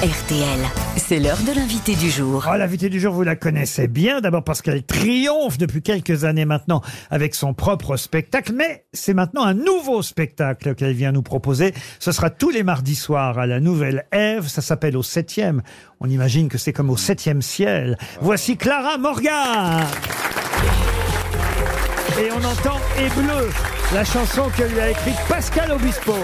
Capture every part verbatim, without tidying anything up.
R T L, c'est l'heure de l'invité du jour. Oh, l'invité du jour, vous la connaissez bien. D'abord parce qu'elle triomphe depuis quelques années maintenant avec son propre spectacle. Mais c'est maintenant un nouveau spectacle qu'elle vient nous proposer. Ce sera tous les mardis soirs à la Nouvelle Ève. Ça s'appelle Au Septième. On imagine que c'est comme au septième ciel. Voici Clara Morgan. Et on entend Et Bleu, la chanson que lui a écrite Pascal Obispo.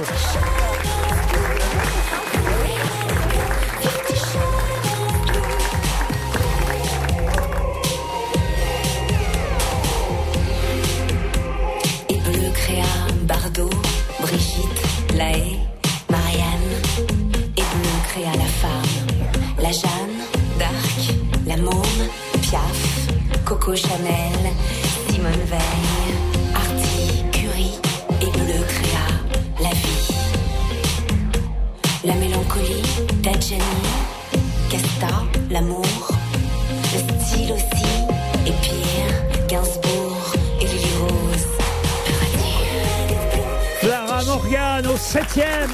Bardot, Brigitte, Lahaye, Marianne, et Bleu créa la femme, la Jeanne d'Arc, la Môme, Piaf, Coco Chanel, Simone Veil, Artie, Curie, et Bleu créa la vie. La mélancolie, Tadjani, Casta, l'amour, le style aussi, et Pierre, Gainsbourg, et Lily Rose. Clara Morgan au septième.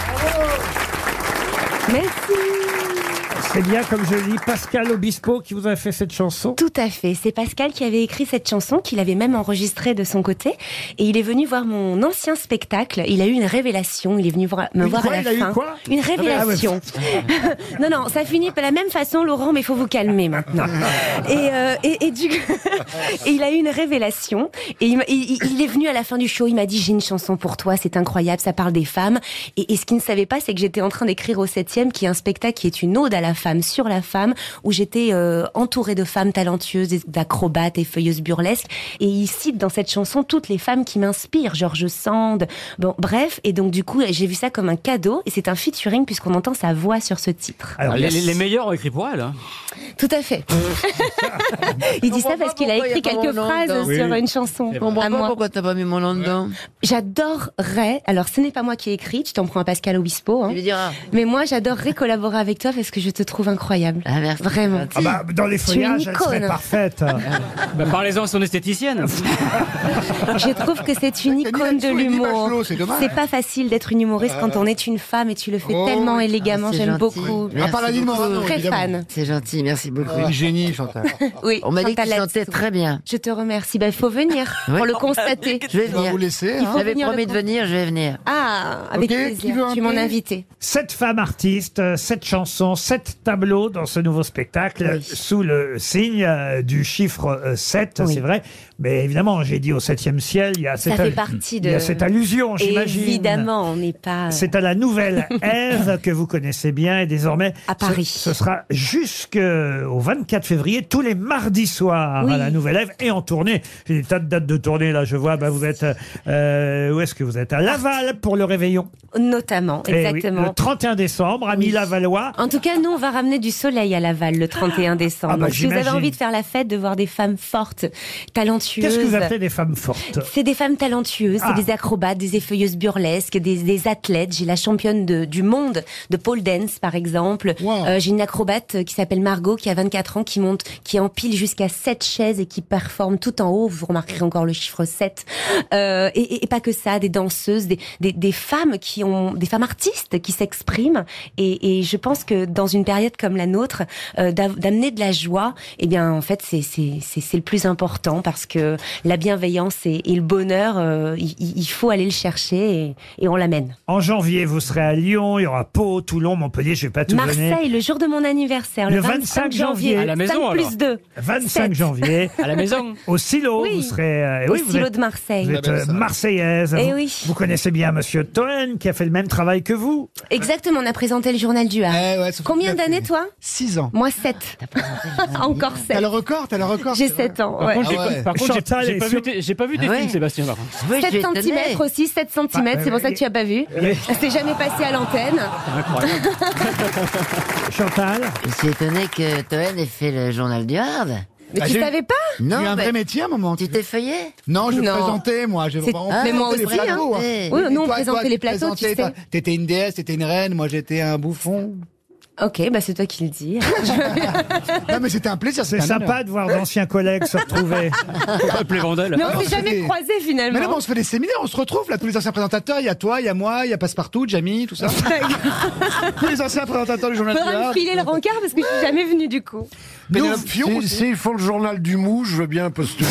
Merci. C'est bien, comme je dis, Pascal Obispo qui vous a fait cette chanson. Tout à fait. C'est Pascal qui avait écrit cette chanson, qu'il avait même enregistrée de son côté. Et il est venu voir mon ancien spectacle. Il a eu une révélation. Il est venu voir, me Une voir quoi, à la il a eu fin. quoi Une révélation. Ah ouais. non, non, ça finit de la même façon, Laurent, mais il faut vous calmer maintenant. Et, euh, et, et du coup, et il a eu une révélation. Et il, il, il est venu à la fin du show. Il m'a dit, j'ai une chanson pour toi. C'est incroyable. Ça parle des femmes. Et, et ce qu'il ne savait pas, c'est que j'étais en train d'écrire Au Septième, qui est un spectacle qui est une ode à la femme, sur la femme, où j'étais euh, entourée de femmes talentueuses, d'acrobates et feuilleuses burlesques. Et il cite dans cette chanson toutes les femmes qui m'inspirent, George Sand, bon, bref. Et donc, du coup, j'ai vu ça comme un cadeau. Et c'est un featuring puisqu'on entend sa voix sur ce titre. Alors, les, les meilleurs ont écrit pour elle. Hein. Tout à fait. Il dit ça parce qu'il a écrit quelques phrases oui. sur une chanson. Je comprends à pas moi. pourquoi t'as pas mis mon nom dedans. J'adorerais, alors ce n'est pas moi qui ai écrit, tu t'en prends à Pascal Obispo, hein, Tu lui diras. mais moi j'adorerais collaborer avec toi parce que je te trouve incroyable. Ah, merci. Vraiment. Ah bah, dans les Tu es une feuillages, elle serait icône. parfaite. Bah, parlez-en à son esthéticienne. Je trouve que c'est une icône de l'humour. c'est dommage. C'est pas facile d'être une humoriste quand on est une femme et tu le fais Oh, tellement élégamment, Ah, c'est j'aime gentil. beaucoup. Merci À part la ligne beaucoup. Morano, Très évidemment. fan. C'est gentil, merci beaucoup. Quel génie, Chantal. Oui, On m'a dit que tu Chantalette. chantais très bien. Je te remercie. Ben, il faut venir Oui. pour le constater. Je vais On va venir. vous laisser. Il hein. faut J'avais venir promis le de venir, je vais venir. Ah, avec Ok, plaisir. qui veut un Tu es mon thé invité. Sept femmes artistes, euh, sept chansons, sept tableaux dans ce nouveau spectacle, Oui. sous le signe euh, du chiffre euh, sept, Oui. c'est vrai. Mais évidemment, j'ai dit au septième ciel, il y a Ça cette, fait al- partie il y a de- cette allusion, j'imagine. Évidemment, on n'est pas. C'est à la Nouvelle Ève que vous connaissez bien et désormais À Paris. Ce, ce sera jusqu'au vingt-quatre février, tous les mardis soirs Oui. à la Nouvelle Ève et en tournée. J'ai des tas de dates de tournée là, je vois. Bah, vous êtes euh, où est-ce que vous êtes? À Laval pour le réveillon. Notamment, Eh oui, exactement. le trente et un décembre, à Oui. Lavallois. En tout cas, nous, on va ramener du soleil à Laval le trente et un décembre. Ah bah, Donc, si vous avez j'imagine. envie de faire la fête, de voir des femmes fortes, talentueuses. Qu'est-ce que vous appelez des femmes fortes? C'est des femmes talentueuses, Ah. c'est des acrobates, des effeuilleuses burlesques, des, des athlètes. J'ai la championne de, du monde de pole dance, par exemple. Wow. Euh, j'ai une acrobate qui s'appelle Margot, qui a vingt-quatre ans, qui monte, qui empile jusqu'à sept chaises et qui performe tout en haut. Vous remarquerez encore le chiffre sept. Euh, et, et, et pas que ça, des danseuses, des, des, des femmes qui ont, des femmes artistes qui s'expriment. Et, et je pense que dans une période comme la nôtre, euh, d'av- d'amener de la joie, eh bien, en fait, c'est, c'est, c'est, c'est le plus important parce que la bienveillance et, et le bonheur, euh, il, il faut aller le chercher et, et on l'amène. En janvier, vous serez à Lyon, il y aura Pau, Toulon, Montpellier, je vais pas tout donner. Marseille, le jour de mon anniversaire, le, Le vingt-cinq janvier. À la maison, cinq alors. plus deux. vingt-cinq Sept. janvier. À la maison. Au Silo, Oui. vous serez. euh, Au oui, vous silo êtes- de Marseille. Vous êtes belle euh, salle. marseillaise. Eh vous, oui. vous connaissez bien Monsieur Toen, qui a fait le même travail que vous. Exactement, on a présenté le journal du Havre. Eh ouais, ça fait Combien tout à fait. d'années, toi? Six ans. Moi, sept. Encore T'as sept. le record, t'as le record. J'ai c'est vrai. sept ans, Par ouais. contre, j'ai Ah pas- ouais. par contre, j'ai- Chantal j'ai est pas, sur- vu tes- j'ai pas vu tes Ah ouais. films, Sébastien. Par contre. Oui, je sept suis étonné. centimètres aussi, sept centimètres, Bah, c'est pour ça euh, que tu as pas vu. C'est jamais passé à l'antenne. Incroyable. Chantal. Je suis étonné que Toen ait fait le journal du Hard. Mais Bah, tu j'ai- savais pas? J'ai eu Non, un mais vrai métier à un moment. tu t'es feuillé. Non, je Non. présentais, moi. J'ai C'est- vraiment Ah, mais moi présenté aussi, les plateaux, hein. hein. Oui, Et nous, on toi, présentait toi, les tu plateaux, tu présentais, sais. toi, T'étais une déesse, t'étais une reine, moi j'étais un bouffon. Ok, bah c'est toi qui le dis. Non, mais c'était un plaisir. C'est c'était un sympa honneur. de voir d'anciens collègues se retrouver. Appelez Vandel. Mais on Alors, s'est c'est jamais des- croisés finalement. Mais non, mais on se fait des séminaires, on se retrouve là, tous les anciens présentateurs. Il y a toi, il y a moi, il y a Passepartout, Jamie, tout ça. Tous les anciens présentateurs du journal du Faudra me Gard. filer le rencard parce que je suis jamais venue du coup. Pénélope Fillon Si- aussi. S'ils font le journal du mou, je veux bien postuler.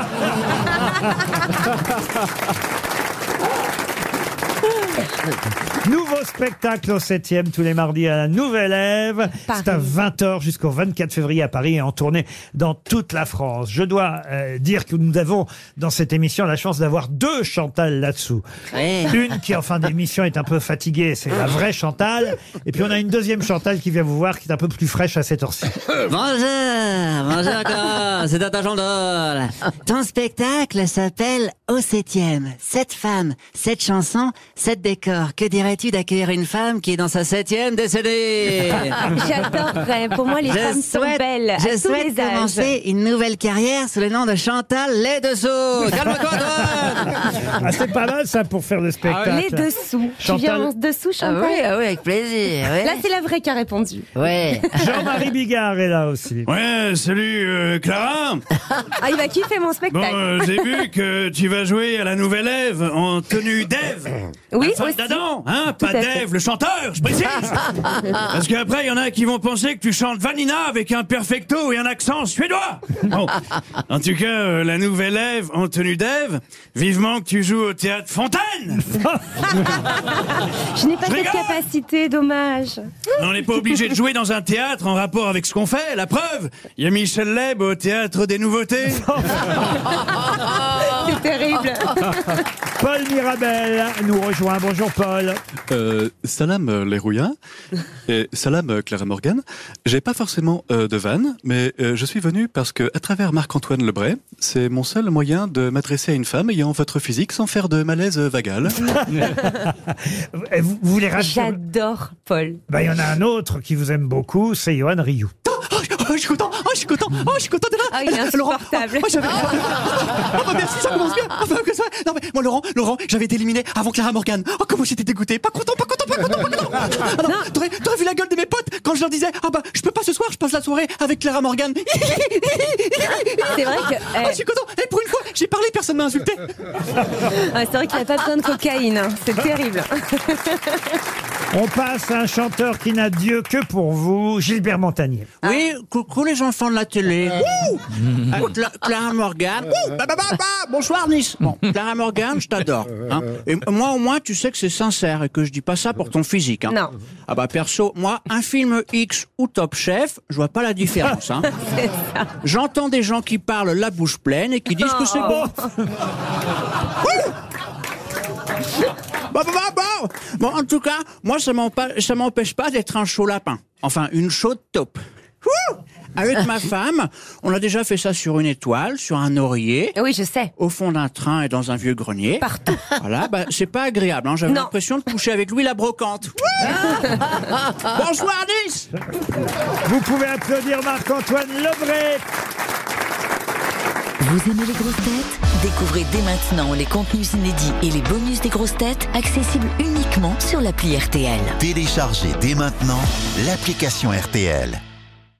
Nouveau spectacle au septième tous les mardis à la Nouvelle Ève. Paris. C'est à vingt heures jusqu'au vingt-quatre février à Paris et en tournée dans toute la France. Je dois euh, dire que nous avons dans cette émission la chance d'avoir deux Chantal là-dessous. Ouais. Une qui en fin d'émission est un peu fatiguée, c'est la vraie Chantal. Et puis on a une deuxième Chantal qui vient vous voir qui est un peu plus fraîche à cette heure-ci. Bonjour, bonjour Clara, c'est Tata Chantal. Ton spectacle s'appelle Au septième. Sept femmes, sept chansons, sept décors. Que dirais-tu d'accueillir une femme qui est dans sa septième décédée? J'adorerais. Pour moi, les femmes sont belles. je à tous souhaite les âges. commencer une nouvelle carrière sous le nom de Chantal Les Dessous. Calme-toi, toi. Ah, c'est pas mal ça pour faire le spectacle. Les dessous. Tu Chantal- viens en dessous, Ah Chantal oui, ah oui, avec plaisir. Ouais. Là, c'est la vraie qui a répondu. Ouais. Jean-Marie Bigard est là aussi. Ouais, salut euh, Clara. Ah, il va kiffer mon Bon, spectacle. euh, j'ai vu que tu vas jouer à la Nouvelle Ève en tenue d'Ève. Oui, Enfin, aussi. d'Adam, hein, Tout pas à fait. d'Ève, le chanteur, je précise. Parce qu'après, il y en a qui vont penser que tu chantes Vanina avec un perfecto et un accent suédois. Bon, en tout cas, euh, la Nouvelle Ève en tenue d'Ève, vivement que tu joues au théâtre Fontaine. Je n'ai pas Je cette rigole. capacité, dommage. On n'est pas obligé de jouer dans un théâtre en rapport avec ce qu'on fait. La preuve, il y a Michel Leb au théâtre des nouveautés. C'est terrible. Paul Mirabel nous rejoint. Bonjour Paul. Euh, salam euh, les rouillins et salam euh, Clara Morgan. J'ai pas forcément euh, de vanne, mais euh, je suis venu parce que à travers Marc-Antoine Lebray, c'est mon seul moyen de m'adresser à une femme ayant votre physique sans faire de malaise euh, vagal. Et Vous, vous voulez racheter J'adore Paul. Bah, il y en a un autre qui vous aime beaucoup, c'est Johan Rioux. Oh, je suis content, oh, je suis content, oh, je suis content d'être là. Ah, il est Laurent, insupportable. oh, j'avais- oh, bah, merci, ça commence bien. Oh, bah, que ça va. Non, mais moi, Laurent, Laurent, j'avais été éliminé avant Clara Morgan. Oh, comment j'étais dégoûté. Pas content, pas content, pas content, pas content. Ah, non, t'aurais, t'aurais vu la gueule de mes potes quand je leur disais, ah bah, je peux pas ce soir, je passe la soirée avec Clara Morgan. C'est vrai que. Oh, eh, je suis content. Et pour une fois, j'ai parlé, personne m'a insulté. ah, c'est vrai qu'il n'y a pas besoin de cocaïne. hein. C'est terrible. On passe à un chanteur qui n'a Dieu que pour vous, Gilbert Montagnier. Oui, coucou les enfants de la télé. Ouh Euh, Cla- Clara Morgan. Ouh, bah, bah, bah, bah, bonsoir Nice. Bon, Clara Morgan, je t'adore. hein. Et moi au moins, tu sais que c'est sincère et que je dis pas ça pour ton physique. hein. Non. Ah bah perso, moi, un film X ou Top Chef, je vois pas la différence. hein. J'entends des gens qui parlent la bouche pleine et qui disent que c'est bon. Ouh. Bon, bon, bon, bon. Bon, en tout cas, moi, ça m'empa- ça m'empêche pas d'être un chaud lapin. Enfin, une chaude taupe. Ouh. Avec ma femme, on a déjà fait ça sur une étoile, sur un oreiller, Oui, je sais. au fond d'un train et dans un vieux grenier. Partout. Voilà, bah, c'est pas agréable. Hein. J'avais Non. l'impression de coucher avec Louis la Brocante. Ouh. Bonsoir, Nice. Vous pouvez applaudir Marc-Antoine Lebray. Vous aimez les grosses têtes? Découvrez dès maintenant les contenus inédits et les bonus des grosses têtes accessibles uniquement sur l'appli R T L. Téléchargez dès maintenant l'application R T L.